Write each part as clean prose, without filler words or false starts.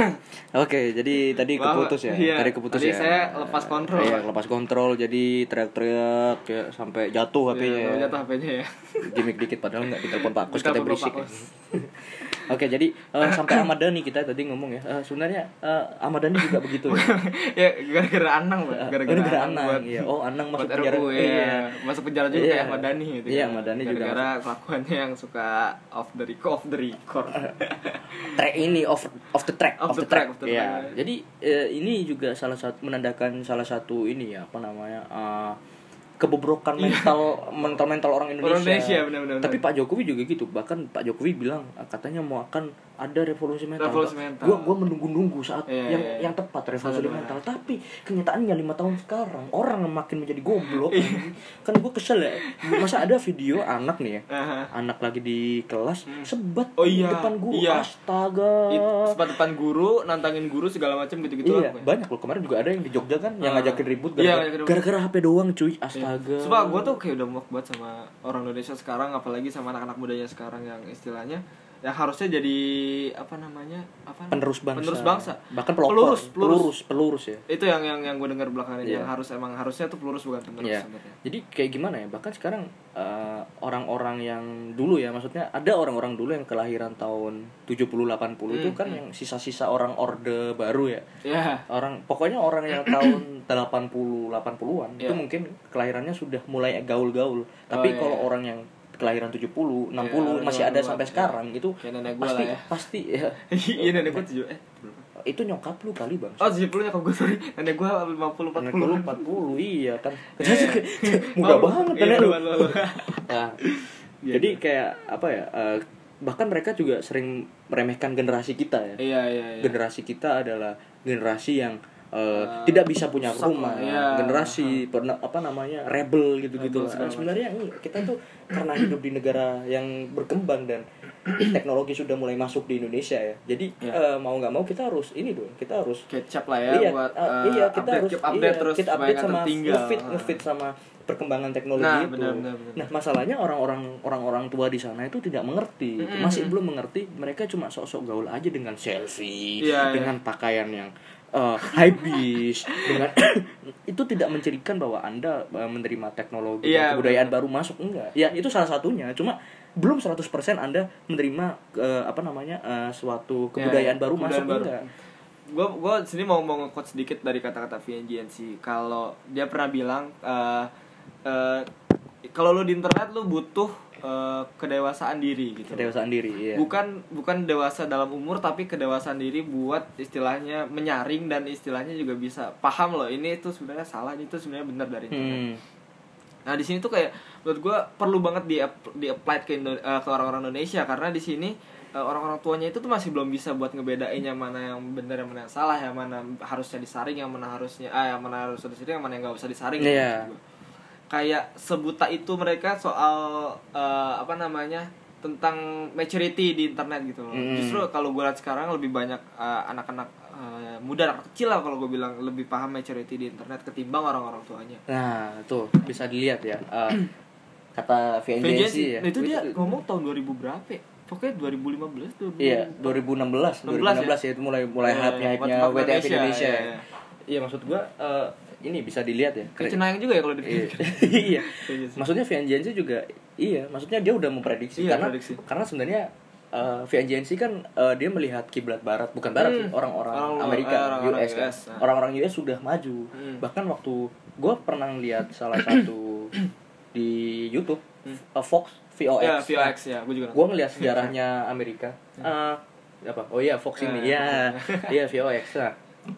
Oke, jadi tadi keputus ya. Iya, Tadi keputus tadi ya. saya lepas kontrol. Iya, lepas kontrol jadi teriak-teriak ya sampai jatuh HP-nya. Iya, jatuh HP-nya ya. Gimik dikit padahal enggak ditelepon Pak Kus, kita Ditelepon berisik. Pak Kus. Oke, jadi sampai Ahmad Dhani kita tadi ngomong ya. Sebenarnya Ahmad Dhani juga begitu ya. Ya gara-gara Anang, Pak. Gara-gara Anang. Iya. Oh, Anang masuk penjara. Iya. Masuk penjara juga kayak Ahmad Dhani gitu. Iya, Ahmad Dhani juga. Gara-gara kelakuannya yang suka off the record. Track ini off the track. Iya. Jadi ini juga menandakan salah satu ini ya, apa namanya? Kebobrokan mental orang Indonesia. Benar. Tapi Pak Jokowi juga gitu. Bahkan Pak Jokowi bilang katanya mau akan ada revolusi mental. Gua menunggu saat yang tepat revolusi mental. Tapi kenyataannya 5 tahun sekarang orang makin menjadi goblok. Kan gua kesel ya. Masa ada video anak nih ya. Anak lagi di kelas sebat di depan guru. Astaga. Sebat depan guru, nantangin guru segala macam gitu-gitu. Iya, banyak loh. Kemarin juga ada yang di Jogja kan yang ngajakin ribut gara-gara HP doang cuy. Astaga. Sumpah gue tuh kayak udah muak banget sama orang Indonesia sekarang, apalagi sama anak-anak mudanya sekarang yang istilahnya yang harusnya jadi penerus bangsa. Bahkan pelurus ya. Itu yang gue dengar belakangan ini yang harusnya tuh pelurus bukan penerus sebenarnya. Jadi kayak gimana ya? Bahkan sekarang orang-orang yang dulu ya, maksudnya ada orang-orang dulu yang kelahiran tahun 70-80 itu kan yang sisa-sisa orang Orde Baru ya. Pokoknya orang yang tahun 80-80-an itu mungkin kelahirannya sudah mulai gaul-gaul. Tapi kalau orang yang kelahiran 70, 60 masih ada sampai sekarang itu pasti ya. Iya, nenek gue 7 itu nyokap lu kali bang. Oh 70 nyokap gue, sorry. Nenek gue 50-40. Iya kan. Mudah banget nenek lu. Nah, jadi kayak apa ya, bahkan mereka juga sering meremehkan generasi kita ya. Iya. Generasi kita adalah generasi yang tidak bisa punya rumah, generasi rebel gitu-gitu. Sebenarnya kita tuh karena hidup di negara yang berkembang dan teknologi sudah mulai masuk di Indonesia ya. Jadi mau nggak mau kita harus kita harus catch up lah ya buat kita harus terus kita update sama ngefit sama perkembangan teknologi itu. Benar. Nah, masalahnya orang-orang tua di sana itu tidak mengerti, masih belum mengerti. Mereka cuma sok-sok gaul aja dengan selfie, dengan pakaian yang high-bis, dengan itu tidak mencirikan bahwa Anda menerima teknologi kebudayaan baru masuk, enggak. Ya, itu salah satunya. Cuma belum 100% Anda menerima suatu kebudayaan baru masuk, enggak. Gue sini mau nge-quote sedikit dari kata-kata VNGNC. Kalau dia pernah bilang kalau lo di internet lo butuh kedewasaan diri gitu. Kedewasaan diri, iya. Bukan dewasa dalam umur, tapi kedewasaan diri buat istilahnya menyaring dan istilahnya juga bisa paham loh ini itu sebenarnya salah, ini itu sebenarnya benar dari internet. Nah, di sini tuh kayak menurut gue perlu banget di apply ke orang-orang Indonesia, karena di sini orang-orang tuanya itu tuh masih belum bisa buat ngebedain yang mana yang benar, yang mana yang salah, yang mana harusnya disaring, yang mana harusnya yang mana harus disaring, yang mana yang nggak usah disaring. Kayak sebuta itu mereka soal tentang maturity di internet gitu loh. Justru kalau gue lihat sekarang lebih banyak anak-anak muda, anak kecil lah kalau gue bilang lebih paham maturity di internet ketimbang orang-orang tuanya. Nah, tuh bisa dilihat ya. Kata VNGNC ya. Nah, itu dia ngomong tahun 2000 berapa ya? Pokoknya 2015 Iya, 2016 ya itu mulai hype-nya WTF Indonesia. Iya, maksud gua ini bisa dilihat ya. Kecenayang juga ya kalau dipikir. Iya. Maksudnya VNGNC juga maksudnya dia udah memprediksi karena sebenarnya VNGNC kan dia melihat kiblat barat, bukan barat sih, orang-orang Amerika, US kan. Orang-orang US sudah maju. Bahkan waktu gua pernah lihat salah satu di YouTube Fox VOX. Ya, VOX ya, gue juga. Gue ngeliat sejarahnya Amerika. Fox ini. Iya, VOX. Nah,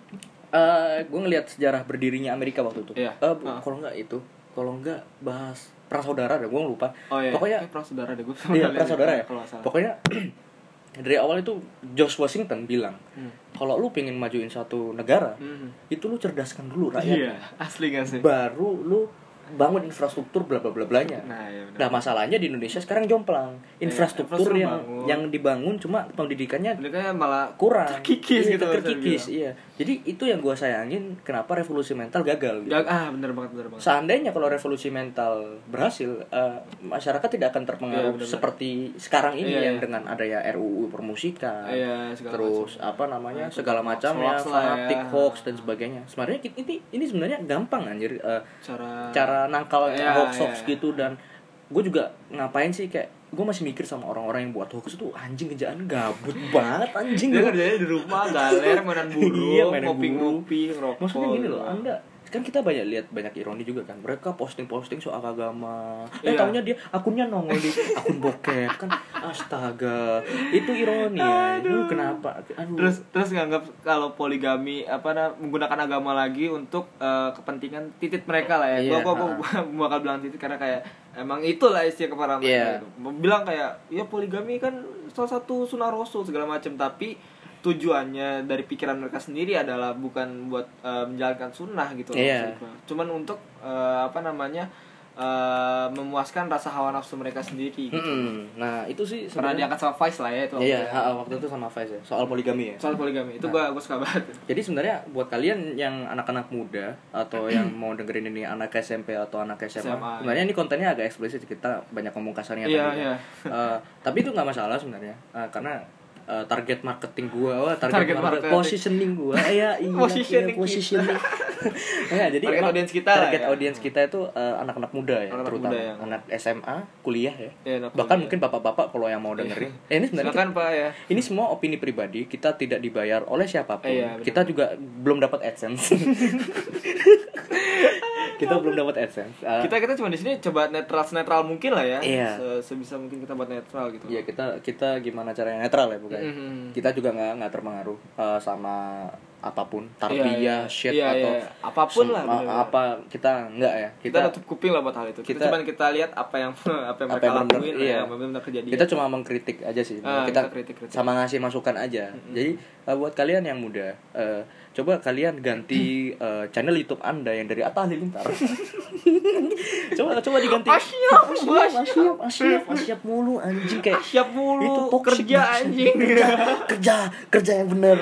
gue ngeliat sejarah berdirinya Amerika waktu itu. Kalau nggak bahas perang saudara deh, gue lupa. Pokoknya perang saudara deh gue. Iya, perang saudara ya. Pokoknya dari awal itu George Washington bilang, kalau lu pengen majuin satu negara, itu lu cerdaskan dulu rakyat. Iya, asli gak sih? Baru lu bangun infrastruktur bla bla bla blanya. Nah, masalahnya di Indonesia sekarang jomplang. Infrastruktur yang dibangun cuma pendidikannya malah kurang. Terkikis gitu. Iya. Jadi itu yang gue sayangin kenapa revolusi mental gagal gitu. Bener banget. Seandainya kalau revolusi mental berhasil, masyarakat tidak akan terpengaruh seperti sekarang ini yang dengan adanya RUU permusikan. Terus segala macam ya, fanatik, hoax dan sebagainya. Sebenarnya ini sebenarnya gampang anjir. Cara nangkal hoax gitu. Dan gue juga ngapain sih, kayak gue masih mikir sama orang-orang yang buat hoax itu anjing, kerjaan gabut banget anjing. Dia kerjanya di rumah galer, mainan burung, ngopi-ngopi, ngerokok. Maksudnya gini loh, Anda kan kita banyak ironi juga kan, mereka posting soal agama, taunya dia akunnya nongol di akun bokep kan, astaga, itu ironi ya. Aduh, kenapa? Terus nganggap kalau poligami menggunakan agama lagi untuk kepentingan titik mereka lah ya. Gua bakal bilang titik karena kayak emang itulah isi kepala mereka gitu. Bilang kayak ya poligami kan salah satu sunnah rasul segala macam, tapi tujuannya dari pikiran mereka sendiri adalah bukan buat menjalankan sunnah gitu. Cuman untuk memuaskan rasa hawa nafsu mereka sendiri gitu. Nah, itu sih pernah diangkat sama Vice lah ya itu. Waktu itu sama Vice ya, soal poligami ya. Soal poligami itu gua suka banget. Jadi sebenarnya buat kalian yang anak-anak muda atau yang mau dengerin ini anak SMP atau anak SMA, sebenarnya ini kontennya agak eksplisit, kita banyak ngomong kasarnya tapi itu nggak masalah sebenarnya, karena target marketing gua, target positioning gua, positioning. Jadi target audiens kita itu anak-anak muda ya, terutama anak SMA, kuliah ya, bahkan mungkin bapak-bapak kalau yang mau dengerin. Ini sebenarnya Pak ya. Ini semua opini pribadi, kita tidak dibayar oleh siapapun. Kita juga belum dapat AdSense. Kita belum dapat AdSense. Kita cuma di sini coba netral mungkin lah ya. Sebisa mungkin kita buat netral gitu. Iya, kita gimana caranya netral ya, bukan. Kita juga nggak terpengaruh sama apapun, tarbiyah, atau apapun lah. Kita nggak ya. Kita tutup kuping lah buat hal itu. Kita lihat apa yang mereka lakuin, yang benar-benar kejadian. Kita cuma mengkritik aja sih. Kita kritik. Sama ngasih masukan aja. Jadi buat kalian yang muda, coba kalian ganti channel YouTube Anda yang dari Atta Halilintar. coba diganti. Asyap mulu anjing, kayak asyap mulu itu kerja anjing. kerja yang bener.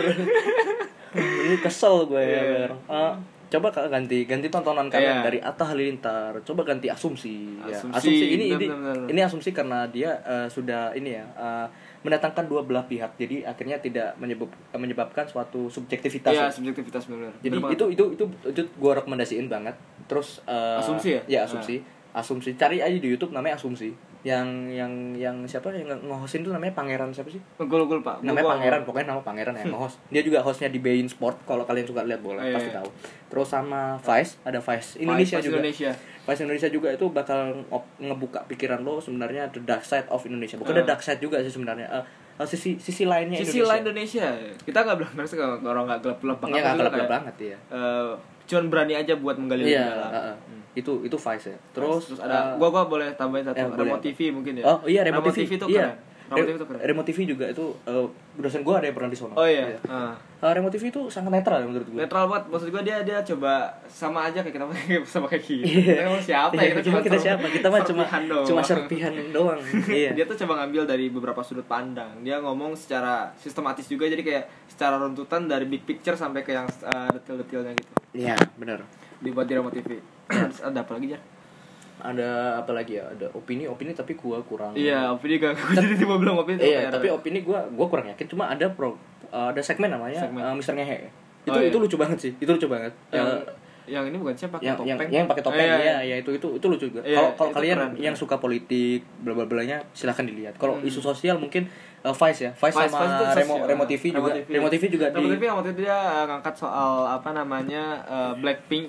Ini kesel gue ya. Coba ganti tontonan kalian dari Atta Halilintar. Coba ganti asumsi. Asumsi ini asumsi karena dia sudah mendatangkan dua belah pihak. Jadi akhirnya tidak menyebabkan suatu subjektivitas. Iya, subjektivitas benar. Jadi itu gue rekomendasiin banget. Terus asumsi ya? Ya, asumsi. Cari aja di YouTube namanya Asumsi. Yang siapa yang nge-hostin tuh namanya Pangeran siapa sih? Gue lupa. Namanya Pangeran, pokoknya nama Pangeran ya, nge-host. Dia juga hostnya di Bein Sport, kalau kalian suka lihat bola pasti tahu. Terus sama Vice, ada Vice Indonesia juga. Vice Indonesia juga itu bakal ngebuka pikiran lo sebenarnya the dark side of Indonesia. Bukan the dark side juga sih sebenarnya. Sisi lainnya Indonesia. Sisi lain Indonesia. Kita enggak bilang mereka orang enggak gelap-gelap banget. Iya, enggak gelap banget ya. Cuman berani aja buat menggali lebih dalam. Itu Vice ya. Terus ada gua boleh tambahin satu, Remo TV mungkin ya. Oh iya, Remo TV itu keren. Remo TV juga itu dosen gue ada yang pernah di sono. Oh iya. Remo TV itu sangat netral ya menurut gue. Netral banget, maksud gue dia coba sama aja kayak kita sama kayak gini. Siapa ya? Kita siapa? Kita mah cuma serpihan doang. Iya. Dia tuh coba ngambil dari beberapa sudut pandang. Dia ngomong secara sistematis juga, jadi kayak secara runtutan dari big picture sampai ke yang detail-detailnya gitu. Iya, benar. Dibuat di Remo TV. Ada apa lagi, Jar? Ada apa lagi ya? Ada opini tapi gua kurang. Iya, opini gak jadi tiba bilang opini. Iya, tapi opini gua kurang yakin. Cuma ada segmen namanya Mr. Ngehe. Itu lucu banget sih. Itu lucu banget. Yang ini bukan siapa pakai topeng. Yang pakai topeng ya itu lucu juga. Kalau kalian keren, yang suka politik bla bla blanya silahkan dilihat. Kalau isu sosial mungkin Vice sama Remo TV juga. Remo TV juga waktu itu dia ngangkat soal Blackpink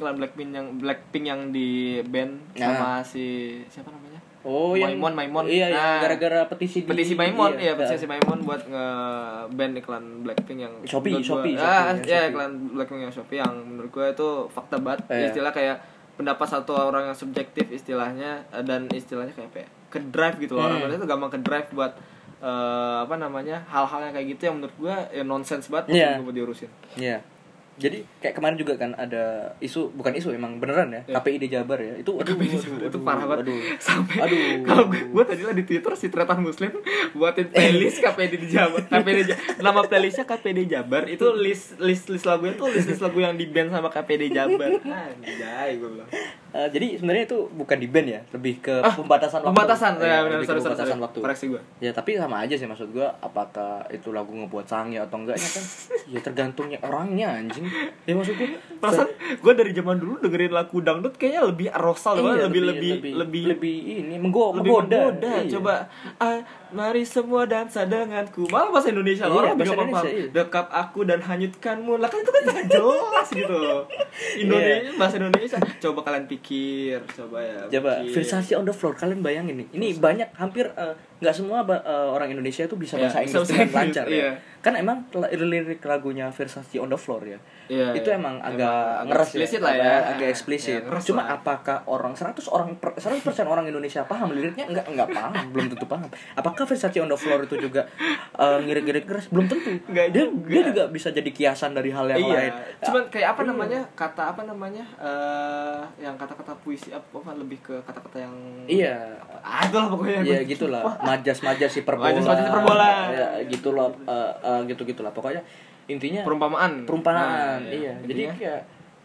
yang di band sama si siapa namanya? Oh, Maimon. Iya, gara-gara petisi Maimon, petisi Maimon buat nge-ban iklan Blackpink yang Shopee. Iklan Blackpink yang Shopee yang menurut gue itu fakta banget. Istilah kayak pendapat satu orang yang subjektif istilahnya, dan istilahnya kayak apa ya? Ke drive gitu loh. Orang itu gampang ke drive buat hal-hal yang kayak gitu yang menurut gue nonsense banget buat diurusin. Iya. Jadi kayak kemarin juga kan ada isu, bukan isu emang beneran ya, KPID Jabar ya. Itu itu parah banget. Sampai kalau gue tadi lah di Twitter si Tretan Muslim buatin playlist KPID Jabar. Nama playlistnya KPID Jabar. Itu list lagunya tuh list lagu yang di band sama KPID Jabar. Anjay gue bilang. Jadi sebenarnya itu bukan di band ya, lebih ke pembatasan waktu. Pembatasan waktu. Koreksi gue. Ya tapi sama aja sih maksud gue, apakah itu lagu ngebuat sange atau enggaknya kan ya tergantungnya orangnya anjing. Ya maksud gue perasaan gue dari zaman dulu dengerin lagu dangdut kayaknya lebih arousal, lebih ini menggoda. Iya. Coba mari semua dansa denganku. Malah bahasa Indonesia orang bahasa Indonesia. Dekap aku dan hanyutkanmu. Lah kan itu kan sangat jelas gitu. Indonesia bahasa Indonesia. Coba kalian pikir, coba Versace on the Floor, kalian bayangin nih. Ini banyak hampir nggak semua orang Indonesia itu bisa bahasa Inggris dengan lancar ya. Kan emang lirik lagunya Versace on the Floor ya. Itu emang agak ngeres eksplisit lah ya. Agak eksplisit. Cuma apakah 100% orang Indonesia paham liriknya? Enggak paham, belum tentu paham. Apakah Versace on the Floor itu juga ngirik-ngirik keras? Belum tentu. Dia juga bisa jadi kiasan dari hal yang lain. Cuman kayak yang kata-kata puisi apa lebih ke kata-kata yang itulah pokoknya. Iya gitulah. Majas hiperbola. Ya gitulah gitu-gitulah. Pokoknya intinya perumpamaan. Iya. Jadi kayak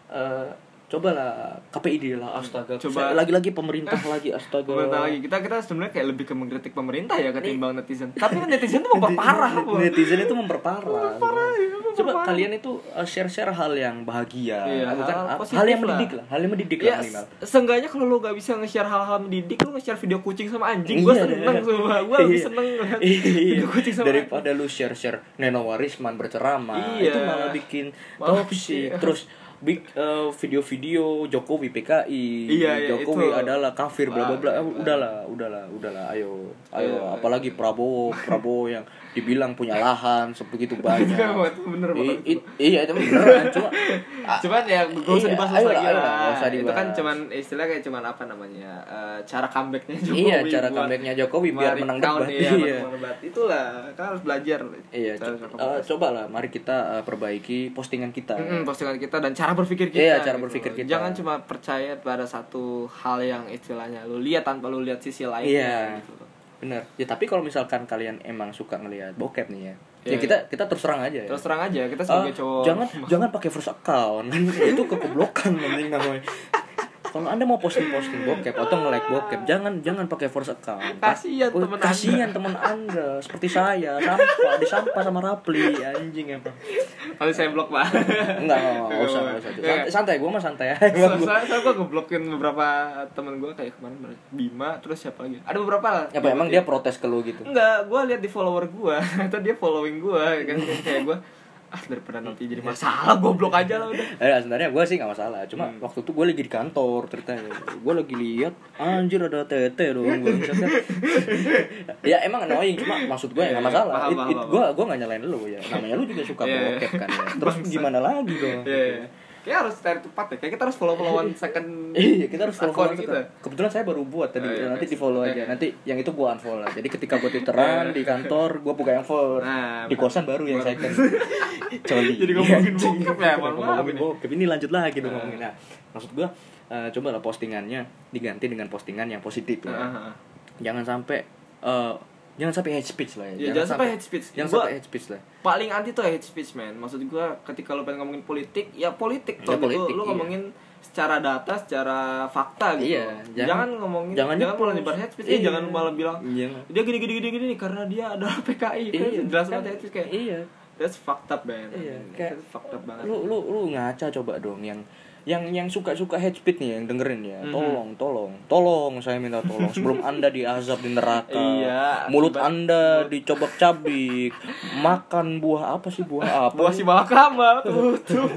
cobalah KPID lah, astaga. Coba lagi-lagi pemerintah lagi, astaga. Pemerintah lagi. Kita sebenarnya kayak lebih ke mengkritik pemerintah ya ketimbang netizen. Tapi netizen itu memperparah. Netizen itu memperparah. Coba kalian itu share hal yang bahagia, bukan hal yang mendidik lah. Hal yang mendidik lah minimal. Seenggaknya kalau lu enggak bisa nge-share hal-hal mendidik, lu nge-share video kucing sama anjing. Gua seneng semua. Gua lebih seneng ngeliat video kucing sama daripada lu share Neno Warisman berceramah. Itu malah bikin toksik. Terus video-video Jokowi PKI, Jokowi adalah kafir bla bla bla. Udahlah, ayo apalagi Prabowo yang dibilang punya lahan sebegitu banyak. Bener banget. Iya itu beneran, cuman ya gak usah dibahas lagi lah. Itu kan cuman istilah kayak cuman apa namanya, cara comebacknya Jokowi. Iya, cara comebacknya Jokowi biar menang debat. Itulah, kan harus belajar. Iya, cobalah mari kita perbaiki postingan kita. Postingan kita dan cara berpikir kita. Iya, cara berpikir kita. Jangan cuma percaya pada satu hal yang istilahnya lu lihat tanpa lu lihat sisi lainnya. Iya. Gitu. Benar. Ya tapi kalau misalkan kalian emang suka ngelihat bokep nih ya kita terus terang aja ya. Terus terang aja, kita sebagai cowok. Jangan pakai first account. Itu kegoblokan namanya. Kalau Anda mau posting bokep atau nge-like bokep, jangan pakai force account. Kasihan teman Anda seperti saya, disampah sama Rapli, anjing emang. Kalau saya blok, Pak. Enggak usah. Santai, gua mah santai aja. Saya ngeblokin beberapa teman gua kayak kemarin Bima, terus siapa lagi? Ada beberapa lah. Ya, emang dia protes ke lu gitu? Enggak, gua lihat di follower gua, ternyata dia following gua kan kayak gua. Daripada nanti jadi masalah, goblok aja lah udah. Sebenarnya gue sih nggak masalah, cuma waktu itu gue lagi di kantor ceritanya, gue lagi lihat anjir ada tete dong, ya emang annoying, cuma maksud gue ya nggak masalah. Gue nggak nyalain lu ya, namanya lu juga suka bokep kan ya. Terus gimana lagi dong? Kayak harus cari tempat ya. Kayak kita harus follow-followan second. Iya, kita harus follow gitu. Kebetulan saya baru buat tadi. Nanti di-follow aja. Nanti yang itu gua unfollow. Jadi ketika gua Twitteran di kantor, gua buka yang follow. Di kosan baru yang second. Coli. Jadi ngomongin bokep ya, ngomongin bokep. Ini lanjut lagi dong ngomongin. Nah, maksud gua cobalah postingannya diganti dengan postingan yang positif ya. Jangan sampai hate speech lah ya. Jangan sampai hate speech. Jangan sampai hate speech lah. Paling anti tuh hate speech, man. Maksud gua ketika lu pengen ngomongin politik, ya politik tuh. Lu ngomongin secara data, secara fakta gitu. Iya, jangan ngomongin jangan malah nyebar hate speech. Jangan malah bilang dia gini karena dia adalah PKI. Jelas banget hate speech kayak. Iya. That's fucked up, man. Iya, kayak fucked up banget. Lu ngaca coba dong yang suka hate speech nih yang dengerin ya. Tolong saya minta tolong sebelum Anda diazab di neraka. Mulut Anda dicobak-cabik. Makan buah apa? Buah si malakama. Tutup.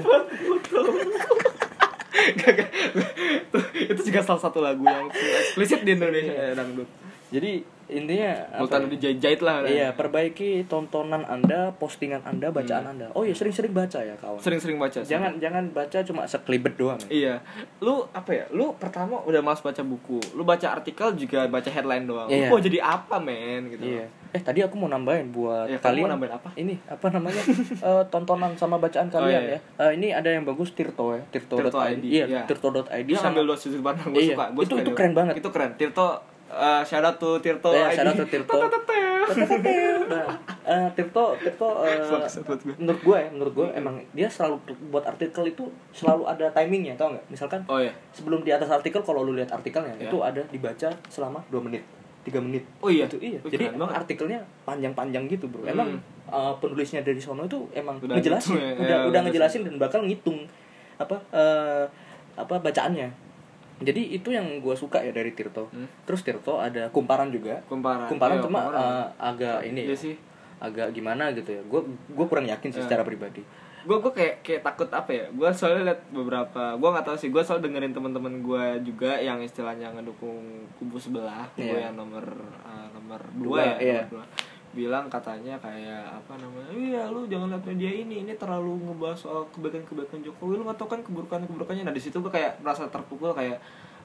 Itu juga salah satu lagu yang eksplisit di Indonesia dangdut. Jadi intinya Multan dijahit lah. Iya, perbaiki tontonan Anda, postingan Anda, bacaan Anda. Oh iya, sering-sering baca ya, kawan. Sering-sering baca. Jangan baca cuma sekelibet doang. Iya. Lu apa ya? Lu pertama udah malas baca buku. Lu baca artikel juga baca headline doang. Iya. Lu mau jadi apa, men gitu. Iya. Tadi aku mau nambahin buat kalian. Mau nambahin apa? Ini apa namanya? Tontonan sama bacaan kalian ya. Ini ada yang bagus Tirto ya, tirto.id. Iya, tirto.id. Dia ngambil 2 sudut pandang gue suka. Itu keren banget. Itu keren. Tirto shout out to Tirto. Shout out to Tirto. Tirto menurut gue emang dia selalu buat artikel itu selalu ada timingnya, tau nggak? Misalkan sebelum di atas artikel, kalau lu lihat artikelnya itu ada dibaca selama 2 menit 3 menit. Oh iya. Itu iya. Jadi emang artikelnya panjang-panjang gitu, bro. Emang penulisnya dari sono itu emang ngejelasin, udah ngejelasin dan bakal ngitung apa bacaannya. Jadi itu yang gue suka ya dari Tirto. Terus Tirto ada kumparan juga. Kumparan cuma agak ini ya, sih. Agak gimana gitu ya. Gue kurang yakin sih secara pribadi. Gue kayak takut apa ya. Gue soalnya liat beberapa. Gue nggak tahu sih. Gue selalu dengerin teman-teman gue juga yang istilahnya ngedukung kubu sebelah. Gue yang nomor 2 ya. Nomor 2. Bilang katanya kayak apa namanya, iya lu jangan lihat media ini terlalu ngebahas soal kebaikan Jokowi, lu nggak tahu kan keburukannya. Nah di situ gue kayak merasa terpukul kayak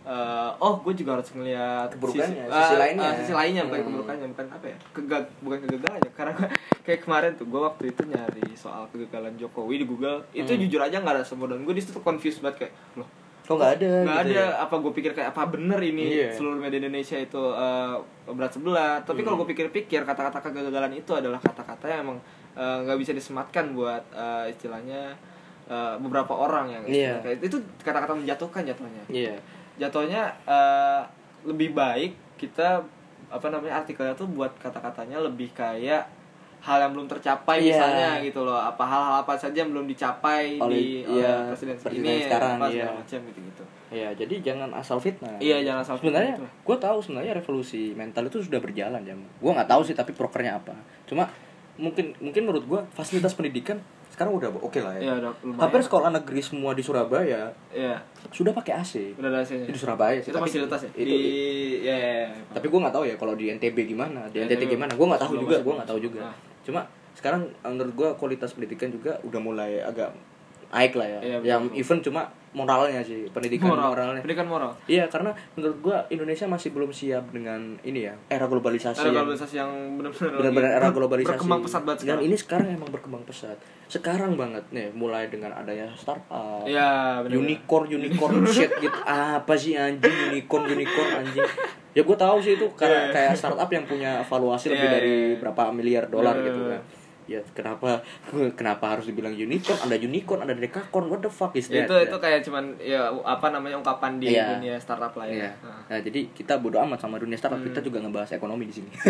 gue juga harus ngelihat keburukannya, sisi lainnya bukan keburukannya, bukan apa ya, bukan kegagalannya. Karena kayak kemarin tuh gue waktu itu nyari soal kegagalan Jokowi di Google itu jujur aja nggak ada semua, dan gue di situ confused banget kayak loh kok nggak ada gitu ya? Apa gue pikir kayak apa bener ini seluruh media Indonesia itu berat sebelah. Tapi kalau gue pikir-pikir kata-kata kegagalan itu adalah kata-kata yang emang nggak bisa disematkan buat istilahnya beberapa orang yang kayak itu kata-kata menjatuhkan jatuhnya lebih baik kita artikelnya tuh buat kata-katanya lebih kayak hal yang belum tercapai misalnya gitu loh, hal-hal apa saja yang belum dicapai di presiden ini sekarang macam gitu. Iya, jadi jangan asal fitnah. Iya, jangan asal fitnah. Sebenarnya gue tahu sebenarnya revolusi mental itu sudah berjalan ya. Gue nggak tahu sih tapi prokernya apa. Cuma mungkin menurut gue fasilitas pendidikan sekarang udah oke lah ya. Hampir sekolah negeri semua di Surabaya sudah pakai AC. Udah ada AC-nya. Di Surabaya sih. Itu fasilitas ya? Tapi gue nggak tahu ya kalau di NTB gimana, di NTT gimana. Gue nggak tahu juga. Cuma sekarang menurut gue kualitas pendidikan juga udah mulai agak naik lah ya. Yang even cuma moralnya sih, pendidikan moralnya. Pendidikan moral. Iya, karena menurut gua Indonesia masih belum siap dengan ini ya, era globalisasi. Era globalisasi yang benar-benar era globalisasi. Berkembang pesat banget sekarang. Dan ini sekarang emang berkembang pesat. Sekarang banget nih, mulai dengan adanya startup. Iya, benar. Unicorn shit gitu. Apa sih anjing unicorn anjing. Ya gua tahu sih itu karena kayak startup yang punya valuasi lebih dari berapa miliar dolar gitu kan. Ya kenapa harus dibilang unicorn? Ada unicorn, ada dekakorn, what the fuck is that? Itu kayak cuman ungkapan di dunia startup lah ya. Nah, jadi kita bodo amat sama dunia startup, kita juga ngebahas ekonomi di sini.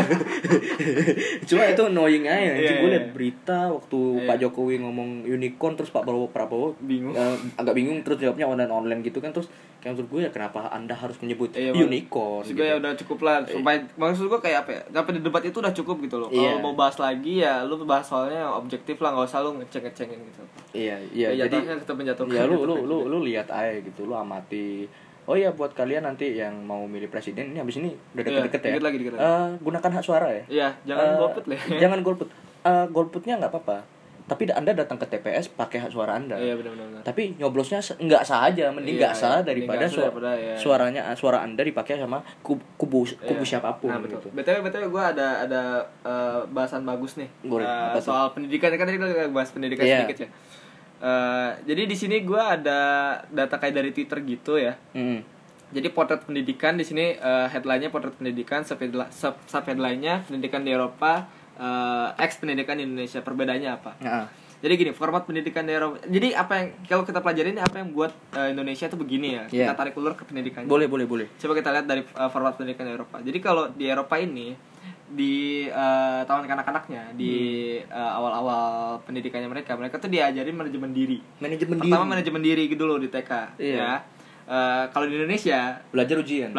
Cuma itu annoying aja. Gue liat berita waktu Pak Jokowi ngomong unicorn, terus Pak Prabowo bingung. Agak bingung, terus jawabnya online gitu kan. Terus kayak menurut gue ya kenapa Anda harus menyebut unicorn? Gitu. Ya udah cukup lah. Supaya maksud gue kayak apa ya? Sampai di debat itu udah cukup gitu loh. Kalau mau bahas lagi ya lu bahas soalnya yang objektif lah, nggak usah lu ngecengin gitu. Iya. Jadi kita menjatuhkan. Ya lu lihat aja gitu, lu amati. Oh iya, buat kalian nanti yang mau milih presiden ini habis ini udah deket-deket ya. Dikit lagi. Gunakan hak suara ya. Iya, jangan golput lah. Jangan golput. Golputnya nggak apa-apa. Tapi Anda datang ke TPS pakai hak suara Anda. Iya, benar. Tapi nyoblosnya nggak sah aja, mending nggak sah daripada suara Anda dipakai sama kubu siapapun. Nah, betul. Gitu. BTW gue ada bahasan bagus nih. Soal pendidikan, kan tadi kita bahas pendidikan sedikit ya. Jadi di sini gue ada data kayak dari Twitter gitu ya. Jadi potret pendidikan di sini headline-nya potret pendidikan, sub-headline-nya pendidikan di Eropa. Pendidikan di Indonesia, perbedaannya apa? Jadi gini, format pendidikan di Eropa. Jadi apa yang kalau kita pelajarin apa yang buat Indonesia itu begini ya. Kita tarik ulur ke pendidikannya. Boleh. Coba kita lihat dari format pendidikan di Eropa. Jadi kalau di Eropa ini di tahun kanak-kanaknya di awal-awal pendidikannya mereka tuh diajarin manajemen diri. Pertama manajemen diri gitu dulu di TK ya. Kalau di Indonesia belajar ujian.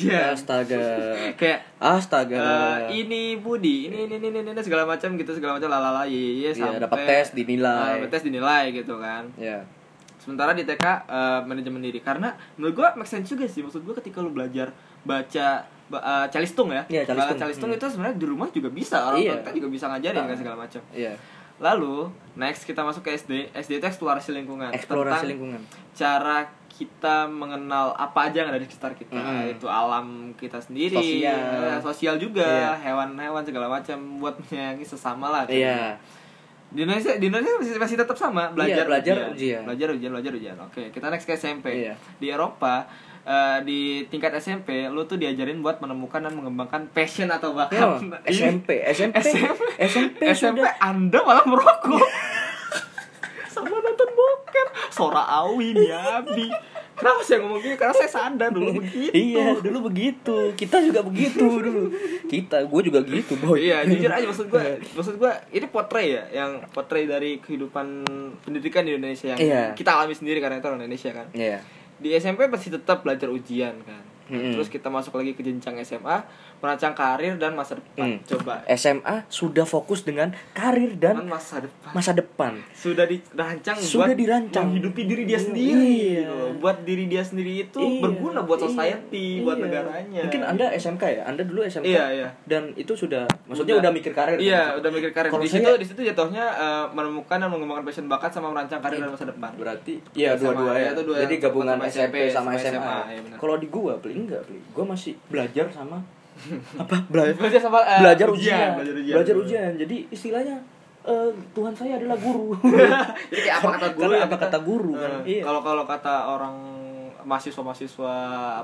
Astaga. Ini Budi, ini segala macam lalala sampai dapat tes dinilai gitu kan. Iya. Sementara di TK manajemen diri, karena menurut gua make sense juga sih. Maksud gua ketika lu belajar baca calistung ya. Iya, calistung. Calistung itu sebenarnya di rumah juga bisa, orang tua kita juga bisa ngajarin kan segala macam. Iya. Lalu next kita masuk ke SD. SD itu eksplorasi lingkungan. Eksplorasi lingkungan. Cara kita mengenal apa aja yang ada di sekitar kita, itu alam kita sendiri, sosial juga, hewan-hewan segala macam, buat menyayangi sesama lah. Iya. Di Indonesia masih tetap sama, belajar ujian. Oke, kita next ke SMP. Iya. Di Eropa di tingkat SMP lu tuh diajarin buat menemukan dan mengembangkan passion atau bakat. SMP sudah. Anda malah merokok sama nonton bokep. Sora Awi Miyabi. Kenapa saya ngomong gini? Karena saya sadar dulu begitu. Iya, dulu begitu. Kita juga begitu dulu. Gue juga gitu, boy. Iya, jujur aja maksud gue ini potret ya, yang potret dari kehidupan pendidikan di Indonesia yang kita alami sendiri karena itu orang Indonesia kan. Iya. Di SMP pasti tetap belajar ujian kan. Terus kita masuk lagi ke jenjang SMA, merancang karir dan masa depan. Coba SMA sudah fokus dengan karir dan masa depan. Sudah dirancang buat menghidupi diri dia sendiri. Gitu. Buat diri dia sendiri itu berguna buat society, buat negaranya. Mungkin Anda SMK ya? Anda dulu SMK. Iya. Dan itu sudah maksudnya udah mikir karir. Iya, udah mikir karir. Di situ jatuhnya menemukan dan mengembangkan passion bakat sama merancang karir dan masa depan. Berarti iya dua-dua ya. Jadi gabungan SMP sama SMA. Kalau di gua enggak, gue masih belajar sama belajar ujian. Jadi istilahnya Tuhan saya adalah guru. Jadi kayak apa kata guru kan. Kalau kata orang mahasiswa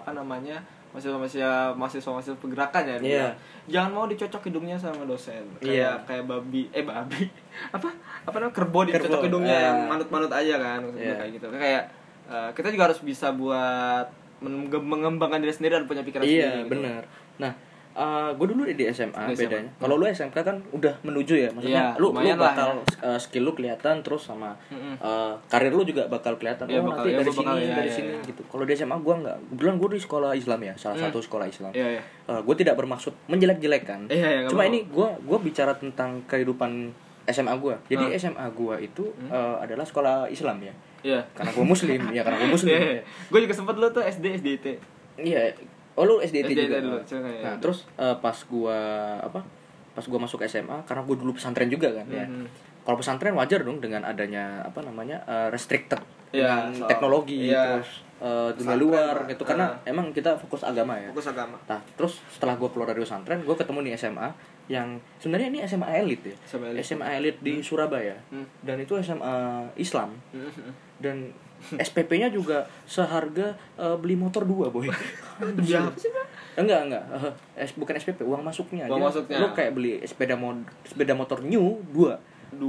mahasiswa pergerakan ya. Jangan mau dicocok hidungnya sama dosen. Kayak babi apa namanya kerbau dicocok hidungnya yang manut-manut aja kan. Kayak gitu. Kayak kita juga harus bisa buat mengembangkan diri sendiri dan punya pikiran sendiri. Iya, benar. Nah, gue dulu di SMA bedanya. Kalau lu SMK kan udah menuju ya, maksudnya lu bakal skill lu kelihatan terus sama karir lu juga bakal kelihatan. Nanti dari sini gitu. Kalau di SMA gue enggak. Kebetulan gue di sekolah Islam ya, salah satu sekolah Islam. Gue tidak bermaksud menjelek-jelekan. Cuma ini gue bicara tentang kehidupan SMA gue. Jadi SMA gue itu adalah sekolah Islam ya. Iya. Karena gue muslim. Gue juga sempat lu tuh SDIT. Iya. Oh lu SDIT juga. Dulu, nah, terus pas gue masuk SMA karena gue dulu pesantren juga kan ya. Kalau pesantren wajar dong dengan adanya restricted dengan teknologi terus dunia luar gitu karena emang kita fokus agama ya. Nah, terus setelah gue keluar dari pesantren, gue ketemu di SMA yang sebenarnya ini SMA elit ya. SMA elit di Surabaya. Dan itu SMA Islam. Dan SPP-nya juga seharga beli motor 2, boy. Berapa sih, Bang? Enggak. Bukan SPP, uang masuknya. Lo kayak beli sepeda motor new 2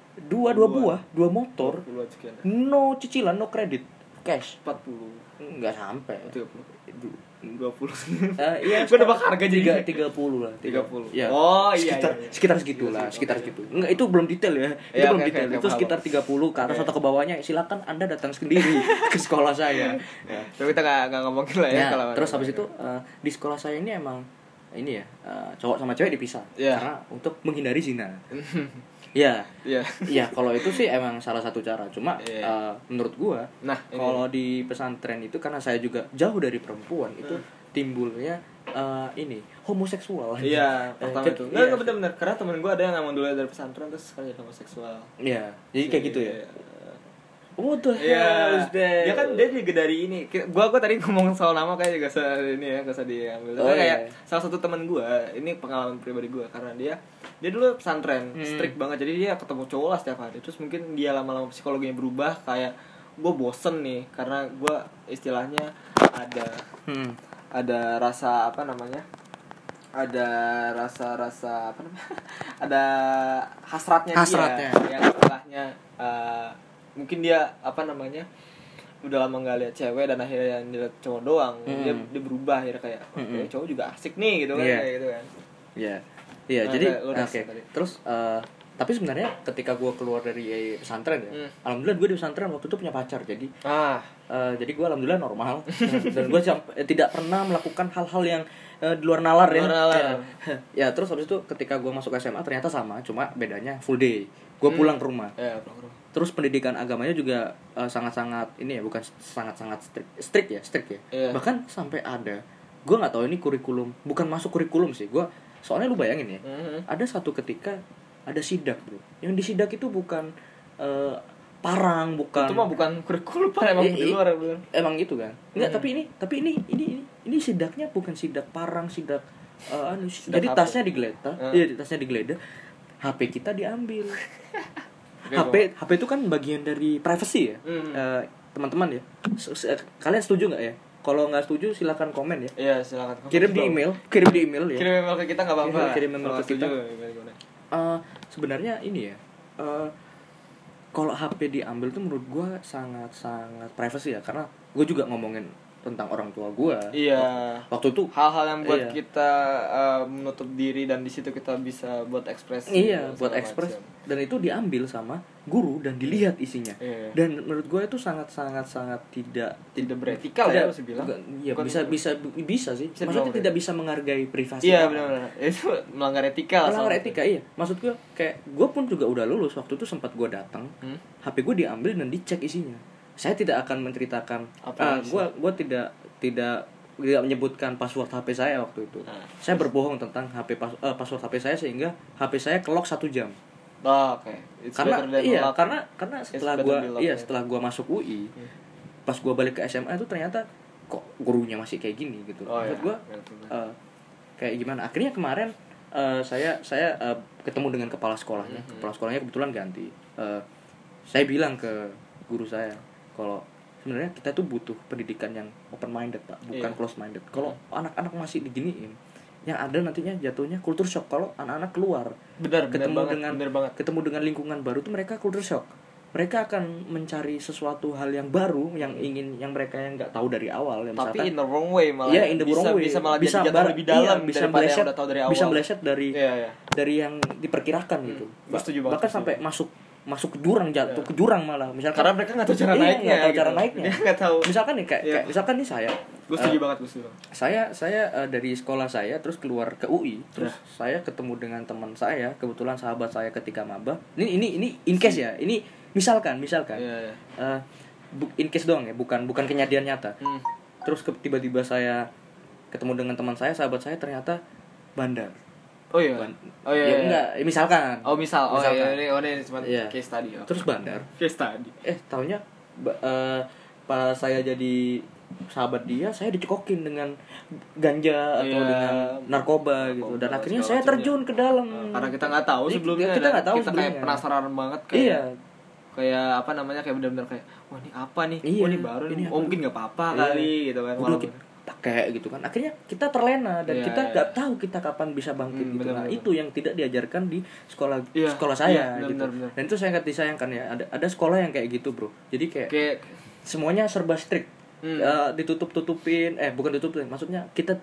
motor. No cicilan, no kredit. Cash 40. Enggak sampai. 20. Iya, gue nebak harga jadi 30 lah. 30. Ya. Oh sekitar segitulah, sekitar segitu. Enggak, itu belum detail ya. Itu belum detail. Itu sekitar 30 ke atas atau ke bawahnya. Silakan Anda datang sendiri ke sekolah saya. Tapi kita enggak ngomongin lah ya kalau. Terus habis itu di sekolah saya ini emang ini ya, cowok sama cewek dipisah karena untuk menghindari zina. Iya, kalau itu sih emang salah satu cara. Cuma menurut gua, kalau di pesantren itu karena saya juga jauh dari perempuan itu timbulnya homoseksual. Iya, pertama itu. Enggak benar-benar karena temen gua ada yang emang dulu dari pesantren terus sekarang jadi homoseksual. Iya, jadi kayak gitu ya. What the hell is that? Dia kan dia juga dari ini. Gua tadi ngomong soal nama kayak juga ini ya, enggak usah diambil. Kayak salah satu teman gua, ini pengalaman pribadi gua karena dia dulu pesantren, strict banget. Jadi dia ketemu cowok lah setiap hari. Terus mungkin dia lama-lama psikologinya berubah kayak gua bosen nih karena gua istilahnya ada rasa apa namanya? Ada rasa ada hasratnya. Yang istilahnya mungkin dia udah lama nggak lihat cewek dan akhirnya dilihat cowok doang. Dia berubah akhirnya kayak cowok juga asik nih gitu kan kayak gitu kan. Iya, jadi terus tapi sebenarnya ketika gue keluar dari pesantren ya, alhamdulillah gue di pesantren waktu itu punya pacar, jadi jadi gue alhamdulillah normal dan gue tidak pernah melakukan hal-hal yang di luar nalar ya. Ya terus habis itu ketika gue masuk SMA ternyata sama, cuma bedanya full day, gue pulang ke rumah. Terus pendidikan agamanya juga sangat-sangat ini ya, bukan sangat-sangat strict ya. Bahkan sampai ada gue nggak tahu ini kurikulum, bukan masuk kurikulum sih gue, soalnya lu bayangin ya, ada satu ketika ada sidak bro, yang di sidak itu bukan parang, bukan itu mah bukan kurikulum emang di luar emang itu kan enggak, tapi ini sidaknya bukan sidak parang, sidak jadi HP. tasnya digeledah, iya tasnya digeledah, HP kita diambil. HP itu kan bagian dari privacy ya, teman-teman ya. Kalian setuju nggak ya? Kalau nggak setuju silakan komen ya. Iya silakan. Kirim di email ya. Kirim email ke kita nggak apa-apa. Kirim email ke kita. Sebenarnya ini ya. Kalau HP diambil tuh menurut gue sangat privacy ya, karena gue juga ngomongin tentang orang tua gue. Iya. Waktu itu hal-hal yang buat kita menutup diri, dan di situ kita bisa buat ekspresi. Iya, buat ekspres. Dan itu diambil sama guru dan dilihat isinya. Iya. Dan menurut gue itu sangat tidak beretika ya, harus bilang. Iya, bisa sih. Maksudnya tidak bisa menghargai privasi. Iya, benar. Itu melanggar etika. Melanggar etika, iya. Maksud gue kayak gue pun juga udah lulus, waktu itu sempat gue datang, HP gue diambil dan dicek isinya. Saya tidak akan menceritakan gue tidak menyebutkan password HP saya waktu itu. Saya berbohong tentang password HP saya, sehingga HP saya kelok 1 jam. Oke. Karena setelah gua masuk UI, pas gua balik ke SMA itu ternyata kok gurunya masih kayak gini gitu. Maksud gua kayak gimana? Akhirnya kemarin saya ketemu dengan kepala sekolahnya. Kepala sekolahnya kebetulan ganti. Saya bilang ke guru saya kalau sebenarnya kita tuh butuh pendidikan yang open minded, Pak, bukan close minded. Kalau anak-anak masih diginiin, yang ada nantinya jatuhnya culture shock. Kalau anak-anak keluar ketemu dengan lingkungan baru tuh mereka culture shock. Mereka akan mencari sesuatu hal yang baru yang mereka yang nggak tahu dari awal ya, tapi in the wrong way malah. Iya, in the wrong way. Bisa malah jatuh lebih dalam bisa daripada yang udah tahu dari awal. Bisa meleset dari yang diperkirakan gitu. Bahkan sampai masuk ke jurang, jatuh ke jurang malah. Misalkan karena mereka nggak tahu cara naiknya. Cara naiknya. Dia nggak tahu. Misalkan nih kayak misalkan nih saya. Gue setuju banget. Saya dari sekolah saya terus keluar ke UI, terus saya ketemu dengan teman saya, kebetulan sahabat saya ketika maba. Ini in case ya. Ini misalkan. In case doang ya, bukan kejadian nyata. Terus tiba-tiba saya ketemu dengan teman saya, sahabat saya ternyata bandar. Oh iya. Enggak, misalkan. Ini cuma case tadi. Terus bandar. Case tadi. Taunya pas saya jadi sahabat dia, saya dicekokin dengan ganja atau dengan narkoba gitu. Dan akhirnya saya terjun ke dalam. Karena kita nggak tahu sebelumnya. Kita kayak penasaran banget kayak. Kayak apa namanya, kayak benar-benar kayak wah ini apa nih? Iya, ini baru nih. Mungkin nggak apa-apa kali gitu kan. Pakai gitu kan, akhirnya kita terlena dan kita nggak tahu kita kapan bisa bangkit gitu. Nah itu yang tidak diajarkan di sekolah saya gitu. Bener. Dan itu saya sangat disayangkan ya, ada sekolah yang kayak gitu bro, jadi kayak semuanya serba strict, ditutup-tutupin, bukan tutupin, maksudnya kita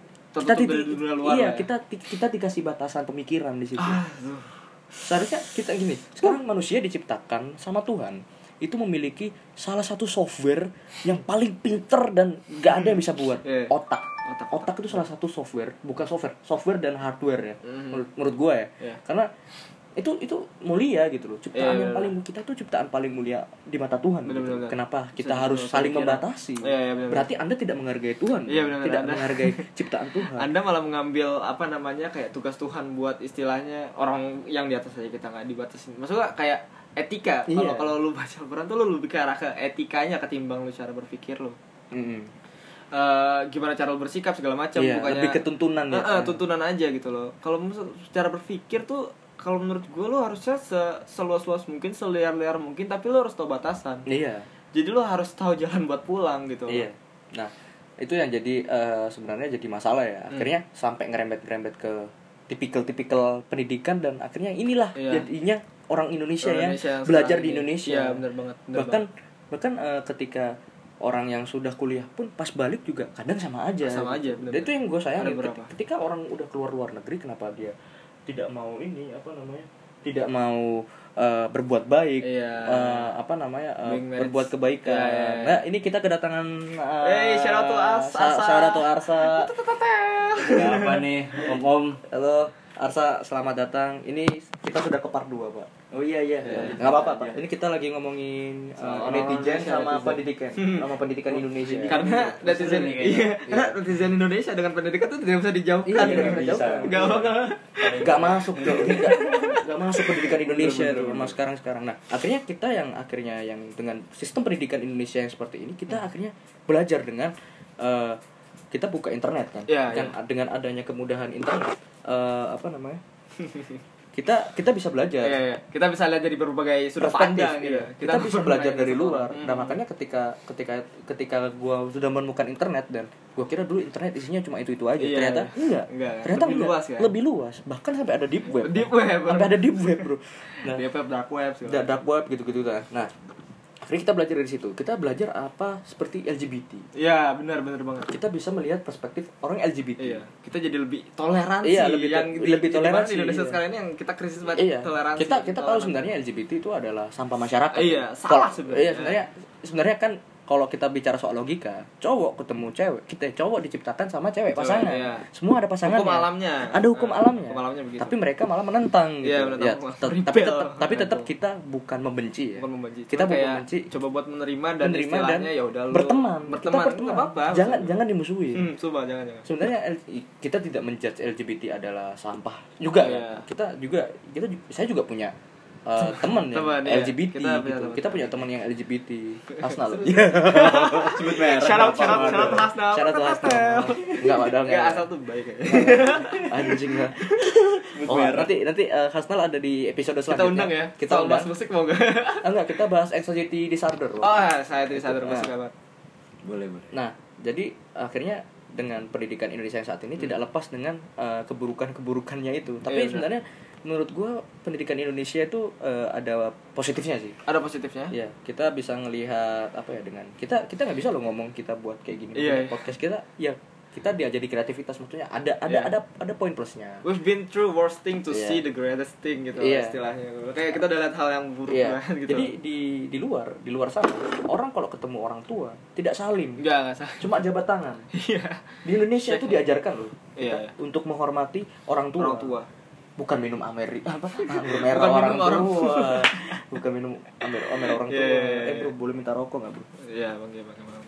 dikasih batasan pemikiran di situ. Seharusnya kita gini, sekarang manusia diciptakan sama Tuhan itu memiliki salah satu software yang paling pinter dan gak ada yang bisa buat. Otak itu salah satu software, bukan software dan hardware ya. Menurut gue ya. Karena itu mulia gitu loh. Ciptaan yang paling kita tuh ciptaan paling mulia di mata Tuhan. Bener. Kenapa kita harus saling membatasi? Berarti Anda tidak menghargai Tuhan. Tidak menghargai ciptaan Tuhan. Anda malah mengambil kayak tugas Tuhan buat istilahnya orang yang di atas saja kita nggak dibatasi. Maksudnya kayak etika. Kalau lu baca Al-Quran tuh lu lebih ke arah ke etikanya ketimbang lu cara berpikir lu. Gimana cara lu bersikap segala macam, bukannya lebih ke tuntunan ya. Tuntunan aja gitu loh. Kalau secara berpikir tuh, kalau menurut gue lu harusnya seluas-luas mungkin, seliar-liar mungkin, tapi lu harus tahu batasan. Iya. Jadi lu harus tahu jalan buat pulang gitu. Iya. Nah, itu yang jadi sebenarnya jadi masalah ya. Akhirnya sampai ngerembet ke tipikal pendidikan, dan akhirnya inilah jadinya orang Indonesia yang belajar di Indonesia. Iya, benar banget. Bahkan ketika orang yang sudah kuliah pun pas balik juga kadang sama aja. Bener. Dan itu yang gue sayang. Ketika orang udah keluar luar negeri, kenapa dia tidak mau tidak mau berbuat baik, berbuat kebaikan. Nah, ini kita kedatangan shout out Arsa. Apa nih, Om? Halo Arsa, selamat datang. Ini kita sudah ke part 2, Pak. Oh iya. Nggak apa-apa, Pak. Ini kita lagi ngomongin netizen sama pendidikan, sama pendidikan Indonesia. Karena netizen netizen Indonesia dengan pendidikan itu tidak bisa dijauhkan. Nggak masuk tuh. Nggak masuk pendidikan Indonesia tuh sama sekarang. Nah, akhirnya kita yang dengan sistem pendidikan Indonesia yang seperti ini, kita akhirnya belajar dengan kita buka internet kan. Dengan adanya kemudahan internet, kita bisa belajar. Kita bisa lihat dari berbagai sudut pandang gitu. Kita bisa belajar dari luar. Nah, makanya ketika gua sudah menemukan internet dan gua kira dulu internet isinya cuma itu aja. Ternyata enggak. Ternyata lebih luas kan. Lebih luas. Bahkan sampai ada deep web. Sampai ada deep web, Bro. Nah, deep web, dark web gitu-gitu kan. Nah, akhirnya kita belajar dari situ. Kita belajar apa seperti LGBT. Iya, benar banget. Kita bisa melihat perspektif orang LGBT. Iya. Kita jadi lebih toleransi. Iya, lebih toleransi. Di Indonesia sekarang ini yang kita krisis banget toleransi. Kita tahu sebenarnya LGBT itu adalah sampah masyarakat. Iya, salah sebenarnya. Iya, sebenarnya kan kalau kita bicara soal logika, cowok ketemu cewek, cowok diciptakan sama cewek pasangan. Iya. Semua ada pasangannya. Hukum alamnya. Ada hukum alamnya. Hukum alamnya begitu. Tapi mereka malah menentang gitu. Iya, tapi tetap kita bukan membenci ya. Bukan membenci. Kita bukan membenci. Coba buat menerima dan istilahnya ya udah berteman. Berteman enggak apa-apa. Jangan dimusuhi. Coba jangan. Sebenarnya kita tidak menjudge LGBT adalah sampah juga ya. Saya juga punya teman yang LGBT gitu. Kita punya teman yang LGBT. Hasnal. Sebut merek. Syarat Hasnal. Enggak padahal enggak asal tuh baik ya. Anjing enggak. Nanti Hasnal ada di episode selanjutnya. Kita undang ya. Kita bahas musik mau enggak? Enggak, kita bahas anxiety disorder. Saya disorder musik apa? Boleh. Nah, jadi akhirnya dengan pendidikan Indonesia yang saat ini tidak lepas dengan keburukannya itu. Tapi sebenarnya menurut gue pendidikan Indonesia itu ada positifnya sih. Ada positifnya? Iya, kita bisa ngelihat dengan kita nggak bisa loh ngomong kita buat kayak gini. Podcast kita kita diajari kreativitas, maksudnya ada poin plusnya. We've been through worst thing to see the greatest thing gitu istilahnya. Kayak kita udah lihat hal yang buruk banget gitu. Jadi di luar sana orang kalau ketemu orang tua tidak salim. Enggak salim. Cuma jabat tangan. Iya. Di Indonesia itu diajarkan loh kita untuk menghormati orang tua. Bukan minum anggur merah orang tua. Bukan minum anggur orang tua. Bro, boleh minta rokok enggak, Bro? Iya, Bang.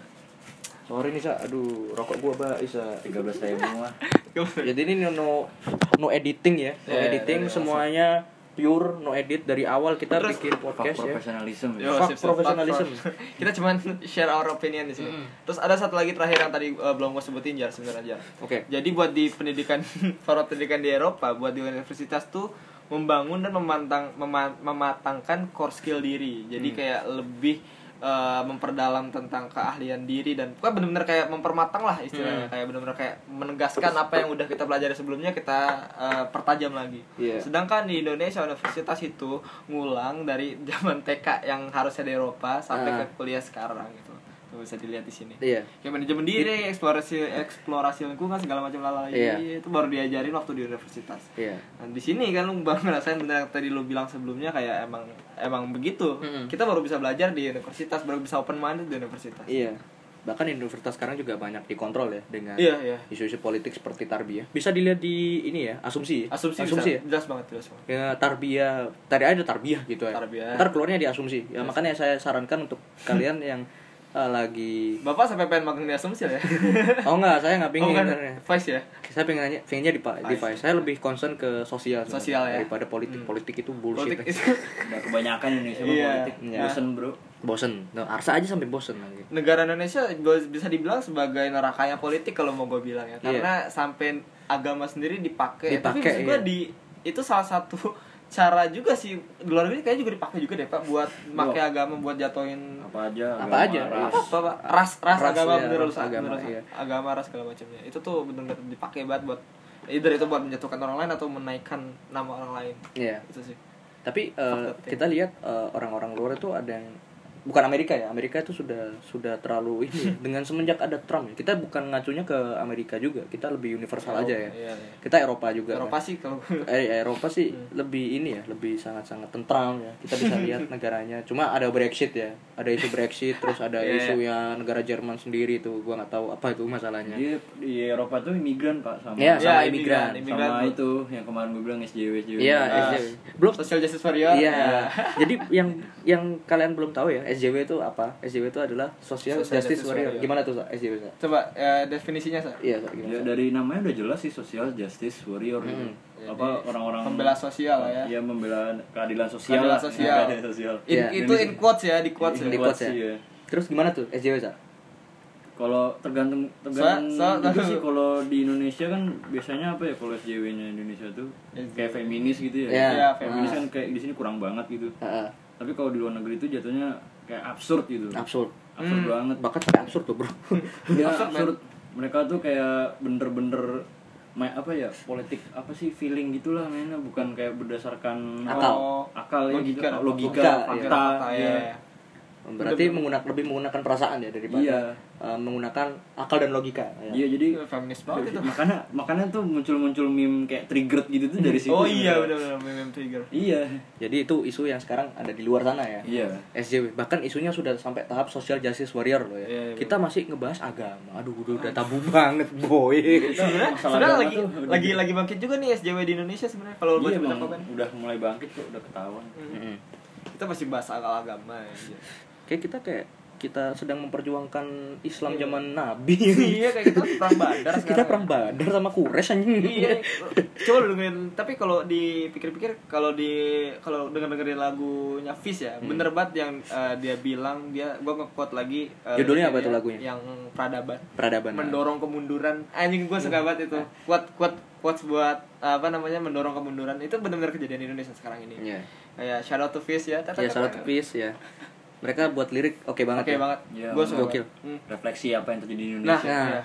Sorry nih, aduh, rokok gua Isa 13.000 mah. Jadi ini no editing ya. No editing, semuanya pure, no edit dari awal kita bikin podcast ya. Profesionalism. Kita cuman share our opinion di sini. Terus ada satu lagi terakhir yang tadi belum gua sebutin Jar sebenarnya. Oke. Jadi buat di pendidikan pendidikan di Eropa, buat di universitas tuh membangun dan mematangkan core skill diri. Jadi kayak lebih memperdalam tentang keahlian diri dan pokoknya benar-benar kayak mempermatang lah istilahnya, kayak benar-benar kayak menegaskan apa yang udah kita pelajari sebelumnya kita pertajam lagi. Sedangkan di Indonesia universitas itu ngulang dari zaman TK yang harusnya di Eropa sampai ke kuliah sekarang gitu. Tuh bisa dilihat di sini. Kayak manajemen diri, eksplorasi lingkungan segala macam itu baru diajarin waktu di universitas. Nah, di sini kan lu baru ngerasain benar yang tadi lu bilang sebelumnya kayak emang begitu. Kita baru bisa belajar di universitas, baru bisa open minded di universitas. Bahkan di universitas sekarang juga banyak dikontrol ya dengan isu-isu politik seperti tarbiyah. Bisa dilihat di ini ya, asumsi ya. Jelas banget. Ya, tarbiyah, tadi ada tarbiyah gitu ya. Ntar keluarnya di asumsi. Ya makanya saya sarankan untuk kalian yang lagi Bapak sampai pengen magang di asumsi ya? Oh enggak, saya enggak pingin. Vice ya? Saya pengennya di Vice. Saya lebih concern ke sosial ya? Daripada politik. Politik itu bullshit. Udah kebanyakan Indonesia politik. Bosen, Bro. Bosen. Arsa aja sampai bosen lagi. Negara Indonesia bisa dibilang sebagai nerakanya politik kalau mau gue bilang ya. Karena sampai agama sendiri dipakai. Tapi maksud gue itu salah satu cara juga sih di luar negeri kayaknya juga dipakai juga deh Pak buat pakai agama buat jatuhin apa aja ras agama agama ras segala macamnya itu tuh benar-benar dipakai banget buat either itu buat menjatuhkan orang lain atau menaikkan nama orang lain. Itu sih. Tapi kita lihat orang-orang luar itu ada yang bukan Amerika ya. Amerika itu sudah terlalu ini ya. Dengan semenjak ada Trump ya. Kita bukan ngacunya ke Amerika juga. Kita lebih universal aja ya. Iya. Kita Eropa juga. Eropa kan. sih kalau Eropa sih lebih ini ya, lebih sangat-sangat tentram ya. Kita bisa lihat negaranya. Cuma ada Brexit ya. Ada isu Brexit, terus ada isu yang negara Jerman sendiri tuh. Gua nggak tahu apa itu masalahnya. Di Eropa tuh imigran Pak sama. Ya, sama imigran. Sama itu yang kemarin gue bilang SJW. Iya, SJW. Belum Social Justice Warrior. Iya. Jadi yang kalian belum tahu ya, SJW itu apa? SJW itu adalah Social Justice Warrior. Gimana tuh SJW? Coba definisinya, Sa. Iya, Ya, dari namanya udah jelas sih Social Justice Warrior. Apa orang-orang pembela sosial lah ya. Iya, membela keadilan sosial. Keadilan sosial. Keadilan sosial. Itu in quotes ya, di quotes ya. Di quotes ya. Terus gimana tuh SJW, Sa? Kalau tergantung juga sih. Kalau di Indonesia kan biasanya apa ya, kalau SJW-nya Indonesia tuh kayak feminis gitu ya. Iya, Feminis kan kayak di sini kurang banget gitu. Tapi kalau di luar negeri itu jatuhnya kayak absurd gitu. Absurd Banget. Bahkan sampai absurd tuh, Bro. Ya, absurd. Mereka tuh kayak bener-bener apa ya, politik apa sih, feeling gitulah mainnya, bukan kayak berdasarkan akal ya, logika, fakta ya. Berarti lebih menggunakan perasaan ya daripada menggunakan akal dan logika ya. Iya, jadi feminis banget itu. Makanya tuh muncul meme kayak triggered gitu tuh dari situ. Oh iya, benar meme trigger. Iya. Jadi itu isu yang sekarang ada di luar sana ya. Iya. SJW bahkan isunya sudah sampai tahap social justice warrior loh ya. Iya, kita masih ngebahas agama. Aduh, udah tabu banget, boy. Sebenarnya lagi bangkit juga nih SJW di Indonesia sebenarnya. Kalau baca komen udah mulai bangkit kok, udah ketahuan. Kita masih bahas agama ya. Kayak kita sedang memperjuangkan Islam zaman Nabi. Iya, kayak kita perang badar sekarang. Kita perang badar sama Quraisy anjing. Iya. Coba lu dengerin, tapi kalau dipikir-pikir, kalau dengerin lagunya Fish ya, bener banget yang dia bilang, gua nge-quote lagi judulnya apa itu lagunya? Yang Peradaban. Mendorong kemunduran. Anjing, gua suka banget itu. Quotes buat mendorong kemunduran. Itu benar-benar kejadian di Indonesia sekarang ini. Iya. Kayak shout out to Fish ya. Shout out to Fish ya. Mereka buat lirik oke banget. Ya, gue suka gokil. Refleksi apa yang terjadi di Indonesia.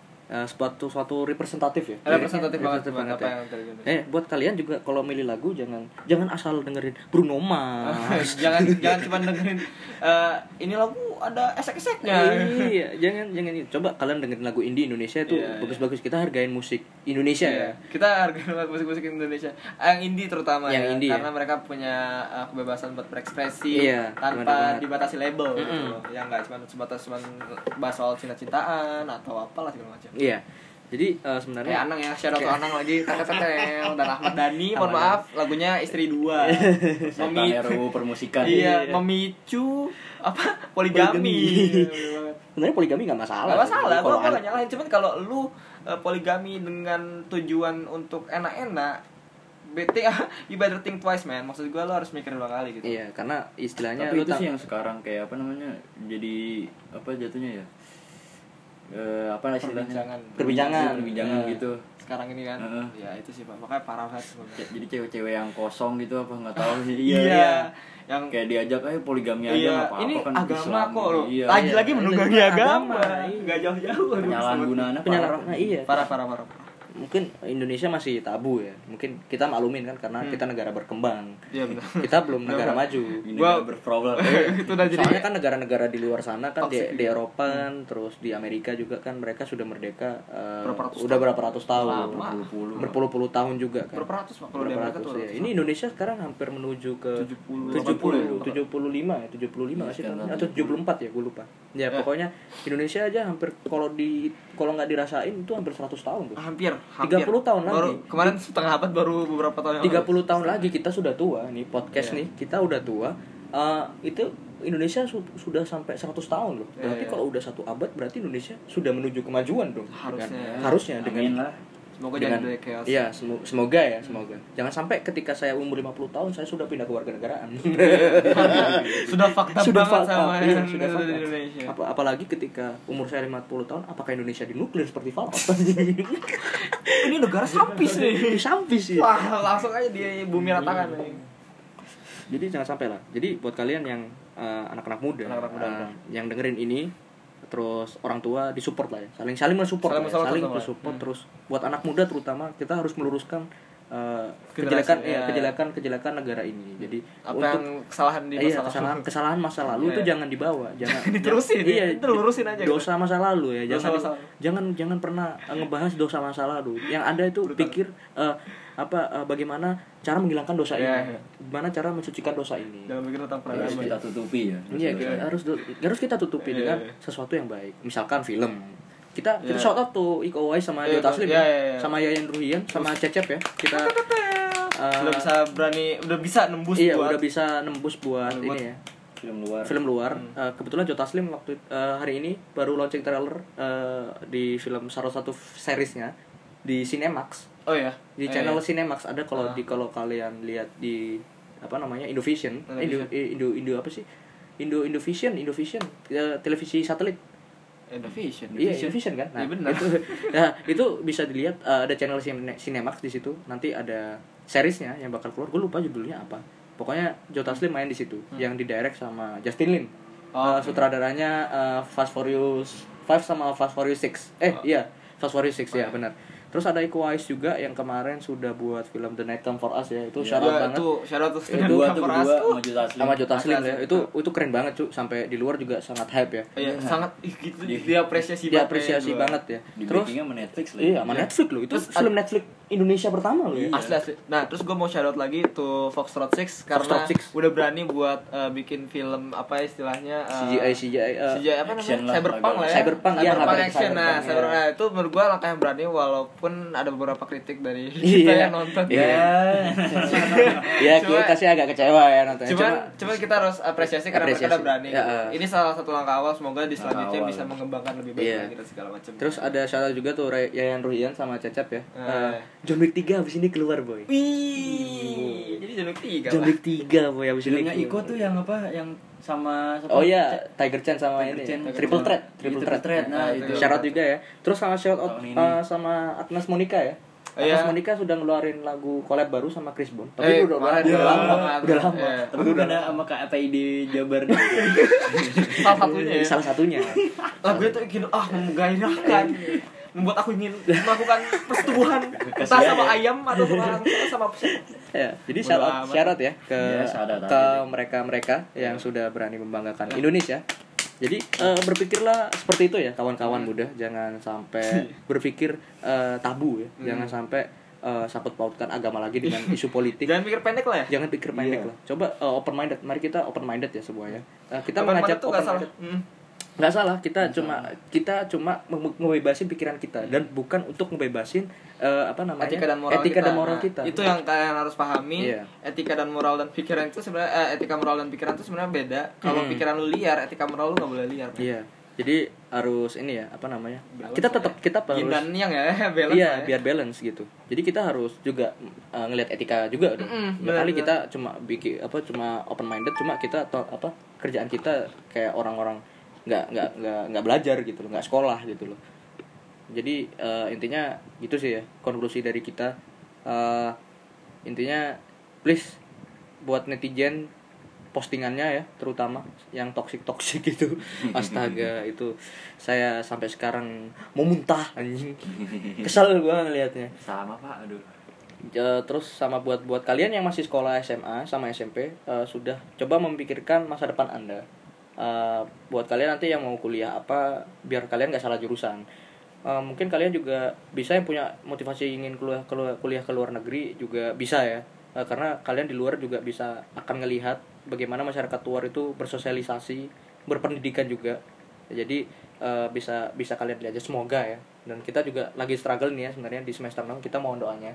Suatu representatif ya. Representatif banget apa yang terjadi. Buat kalian juga kalau milih lagu jangan asal dengerin Bruno Mars. jangan cuma dengerin ini lagu ada esek-eseknya. Iya, jangan coba kalian dengerin lagu indie Indonesia itu bagus-bagus. Kita hargain musik Indonesia ya. Kita hargain musik Indonesia. Yang indie terutama indie, karena mereka punya kebebasan buat berekspresi tanpa dibatasi label gitu loh. Yang enggak cuma sebatas bahas soal cinta-cintaan atau apalah segala macam. Iya. Jadi sebenarnya Anang ya, shout out to Anang lagi, tetetetel, dan Ahmad Dhani, mohon maaf, lagunya Istri 2. RUU permusikan. Iya, memicu poligami. Sebenarnya poligami enggak masalah. Enggak masalah, gua enggak nyalahin, cuman kalau lu poligami dengan tujuan untuk enak-enak, you better think twice, man. Maksud gua lu harus mikir 2 kali gitu. Iya, karena istilahnya tapi itu sih yang sekarang kayak jadi jatuhnya ya, perbincangan gitu sekarang ini kan. Ya itu sih Pak, makanya parah banget. Jadi cewek-cewek yang kosong gitu apa nggak tahu sih. Iya, yang kayak diajak aja poligami aja nggak apa-apa. Ini kan agama Islam, kok lo. iya. Lagi menunggangi agama. Nggak jauh-jauh. Penyalahgunaannya parah. Mungkin Indonesia masih tabu ya. Mungkin kita maklumin kan karena kita negara berkembang. Iya benar. Kita belum negara maju. Gua berproblem. Itu udah jadi. Soalnya kan negara-negara di luar sana kan di Eropa kan, terus di Amerika juga kan mereka sudah merdeka udah berapa ratus tahun. Berpuluh-puluh tahun juga kan. Berapa ratus Pak kalau di Amerika tuh. Ya. Ini Indonesia sekarang hampir menuju ke 75 sih kan? Atau 74 ya, gue lupa. Ya pokoknya Indonesia aja hampir kalau nggak dirasain itu hampir 100 tahun tuh. Hampir 30 tahun baru, lagi. Kemarin setengah abad baru beberapa tahun yang 30 tahun lagi kita sudah tua nih podcast nih, kita udah tua. Itu Indonesia sudah sampai 100 tahun loh. Berarti kalau udah 1 abad berarti Indonesia sudah menuju kemajuan dong. Harusnya dengan semoga jangan ada chaos. Iya, semoga. Jangan sampai ketika saya umur 50 tahun saya sudah pindah ke warganegaraan. Sudah fakta banget sama Indonesia. Apalagi ketika umur saya 50 tahun, apakah Indonesia dinuklir seperti Fallout? Ini negara sampis nih. Sampis sih. Wah, langsung aja di bumi ratakan nih. Jadi jangan sampai lah. Jadi buat kalian yang anak-anak muda, yang dengerin ini, terus orang tua disupport lah ya, saling mensupport, saling mensupport. Terus buat anak muda terutama kita harus meluruskan kejelekan negara ini. Jadi apa yang kesalahan di masa lalu, kesalahan masa lalu itu jangan dibawa, jangan diterusin. Itu lurusin aja. Dosa masa lalu ya, jangan pernah ngebahas dosa masa lalu. Yang ada itu pikir bagaimana cara menghilangkan dosa ini, gimana cara mensucikan dosa ini. Jangan pikir tentang peradaban. Harus kita tutupi ya. Iya, harus kita tutupi dengan sesuatu yang baik. Misalkan film. Kita shout out tuh Iko Uwais sama Joe Taslim sama Yayan Ruhian sama Cecep ya. Kita udah bisa nembus buat ini ya. Film luar. Kebetulan Joe Taslim waktu hari ini baru launching trailer di film salah satu seriesnya di Cinemax. Oh ya. Di channel Cinemax ada kalau kalian lihat di Indovision. Indo apa sih? Indovision televisi satelit. Indovision kan. Nah, itu bisa dilihat ada channel Cinemax di situ. Nanti ada seriesnya yang bakal keluar. Gue lupa judulnya apa. Pokoknya Joe Taslim main di situ. Yang didirect sama Justin Lin. Sutradaranya Fast Furious 5 sama Fast Furious 6. Fast Furious 6 ya benar. Terus ada Iko Uwais juga yang kemarin sudah buat film The Night Come For Us ya. Itu syarat banget. Syarat sama Joe Taslim ya. Itu keren banget cuy, sampai di luar juga sangat hype ya. Iya, sangat gitu diapresiasi banget ya. Terus sama Netflix lah. Iya, sama Netflix loh. Itu film Netflix Indonesia pertama loh ya. Asli. Nah, terus gue mau shout out lagi tuh Foxtrot 6 karena udah berani buat bikin film apa istilahnya CGI apa namanya? Cyberpunk lah ya. Cyberpunk action. Nah, itu menurut gue langkah yang berani walaupun ada beberapa kritik dari kita yang nonton. Iya, kita sih agak kecewa ya nontonnya. Cuman kita harus apresiasi karena mereka udah berani. Ini salah satu langkah awal, semoga di selanjutnya bisa mengembangkan lebih baik lagi dan segala macam. Terus ada shout out juga tuh Yayan Ruhian sama Cecep ya. John Wick 3 abis ini keluar boy. Jadi John Wick 3 boy abis ini. Filmnya Iko tuh yang apa? Yang sama Oh iya, Tiger Chan sama ini. Triple Threat. Nah, itu. Shout out juga ya. Terus sama shout out sama Agnes Monica ya. Agnes Monica sudah ngeluarin lagu collab baru sama Chris Brown. Tapi udah lama. Tapi udah ada sama KPID Jabar. Salah satunya. Lagunya tuh gitu menggairahkan. Membuat aku ingin melakukan persetubuhan entah sama ayam atau sama ya, jadi syarat ya ke mereka yang sudah berani membanggakan Indonesia. Jadi berpikirlah seperti itu ya kawan-kawan muda, jangan sampai berpikir tabu ya, jangan sampai sangkut pautkan agama lagi dengan isu politik. Jangan pikir pendek lah ya. Jangan pikir pendek lah. Coba open minded. Mari kita open minded ya semuanya. Kita mengajak open minded. Nggak salah, kita cuma ngebebasin pikiran kita dan bukan untuk ngebebasin etika dan moral kita. Itu yang kalian harus pahami. Etika dan moral dan pikiran itu sebenarnya etika moral dan pikiran itu sebenarnya beda. Kalau pikiran lu liar, etika moral lu nggak boleh liar. Iya. Jadi harus ini ya, balance kita harus dan yang balance. Iya, biar balance gitu. Jadi kita harus juga ngelihat etika juga dong. Kali kita cuma cuma open minded, cuma kita kerjaan kita kayak orang-orang nggak belajar gitu loh, nggak sekolah gitu loh. Jadi intinya gitu sih ya, konklusi dari kita. Intinya please buat netizen postingannya ya, terutama yang toksik gitu. Astaga, itu saya sampai sekarang mau muntah anjing. Kesel gua ngelihatnya. Sama Pak, aduh. Terus sama buat kalian yang masih sekolah SMA sama SMP, sudah coba memikirkan masa depan Anda. Buat kalian nanti yang mau kuliah apa, biar kalian nggak salah jurusan. Mungkin kalian juga bisa yang punya motivasi ingin kuliah ke luar negeri juga bisa ya, karena kalian di luar juga bisa akan ngelihat bagaimana masyarakat luar itu bersosialisasi, berpendidikan juga. Jadi bisa kalian lihat aja, semoga ya. Dan kita juga lagi struggle nih ya sebenarnya di semester 6, kita mohon doanya.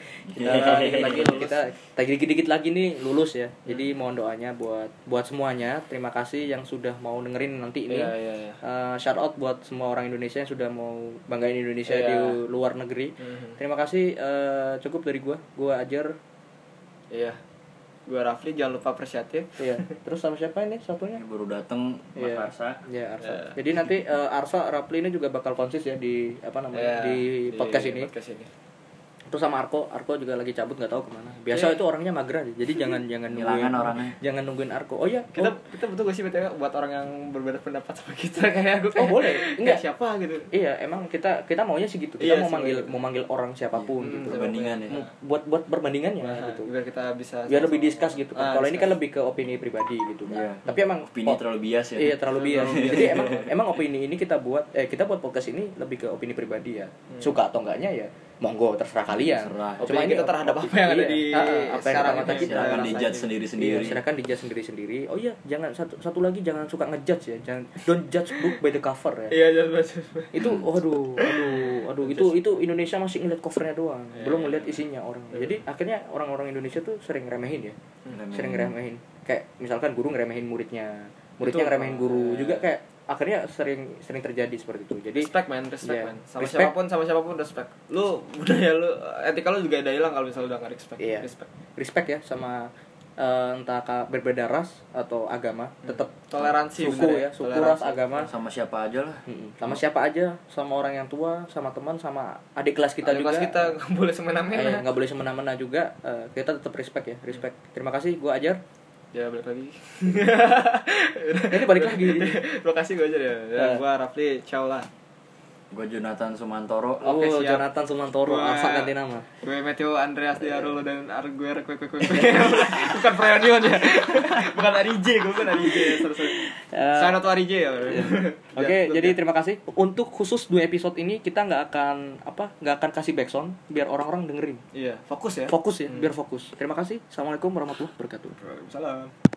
Kita dikit lagi nih lulus ya. Jadi mohon doanya buat semuanya. Terima kasih yang sudah mau dengerin nanti ini. Shout out buat semua orang Indonesia yang sudah mau banggain Indonesia di luar negeri. Terima kasih, cukup dari gua Ajar. Iya. Gue Rafli, jangan lupa apresiatif. Iya. Terus sama siapa ini satunya? Yang baru datang, Mas Arsa. Iya, Arsa. Jadi nanti Arsa Rafli ini juga bakal konsis ya di di podcast ini. Terus sama Arko juga lagi cabut nggak tahu kemana. Biasa itu orangnya mager aja, jadi jangan nungguin orangnya. Jangan nungguin Arko. Oh iya, kita betul gak sih BTW buat orang yang berbeda pendapat sama kita kayak aku. Boleh. Enggak siapa gitu. Iya, emang kita maunya sih gitu. Kita mau manggil orang siapapun gitu. Perbandingan ya. Buat perbandingannya gitu. Biar kita bisa lebih discuss gitu kan. Kalau ini kan lebih ke opini pribadi gitu kan. Tapi emang opini terlalu bias ya. Iya, terlalu bias. Jadi emang opini ini kita buat podcast ini lebih ke opini pribadi ya. Suka atau enggaknya ya monggo terserah kalian. Cuma ini kita terhadap apa yang ada di sekarang kita silakan dijudge sendiri-sendiri. Silakan dijudge sendiri-sendiri. Oh iya, jangan satu lagi jangan suka ngejudge ya. Jangan don't judge book by the cover ya. Iya, jangan baca. Itu aduh itu Indonesia masih ngeliat covernya doang. Belum ngeliat isinya orang. Jadi akhirnya orang-orang Indonesia tuh sering ngeremehin ya. Sering ngeremehin. Kayak misalkan guru ngeremehin muridnya ngeremehin guru juga kayak akhirnya sering terjadi seperti itu. Jadi respect man. Sama siapapun respect. Lu budaya lu, etika lu juga udah hilang kalau misalnya udah enggak respect. Iya. Respect ya sama entah berbeda ras atau agama, tetap toleransi suku ras, agama sama siapa aja lah. Sama siapa aja, sama orang yang tua, sama teman, sama adik kelas kita juga. Adik kelas kita enggak boleh semena-mena. Enggak boleh semena-mena juga. Kita tetap respect ya, respect. Terima kasih, gua Ajar. Ya balik lagi. Ini balik lagi. Terima kasih gue aja ya. Gua Rafli, ciao lah. Gue Jonathan Sumantoro. Oke, siap. Jonathan Sumantoro, asal ganti nama. Gue Matthew Andreas Diarolo dan Arguer bukan Prayonion ya. Bukan Arije, gue bukan Arije. Saya not Arije ya. Oke, jadi terima kasih. Untuk khusus 2 episode ini kita nggak akan kasih backsound biar orang-orang dengerin. Iya, fokus ya. Biar fokus. Terima kasih. Assalamualaikum warahmatullahi wabarakatuh. Waalaikumsalam.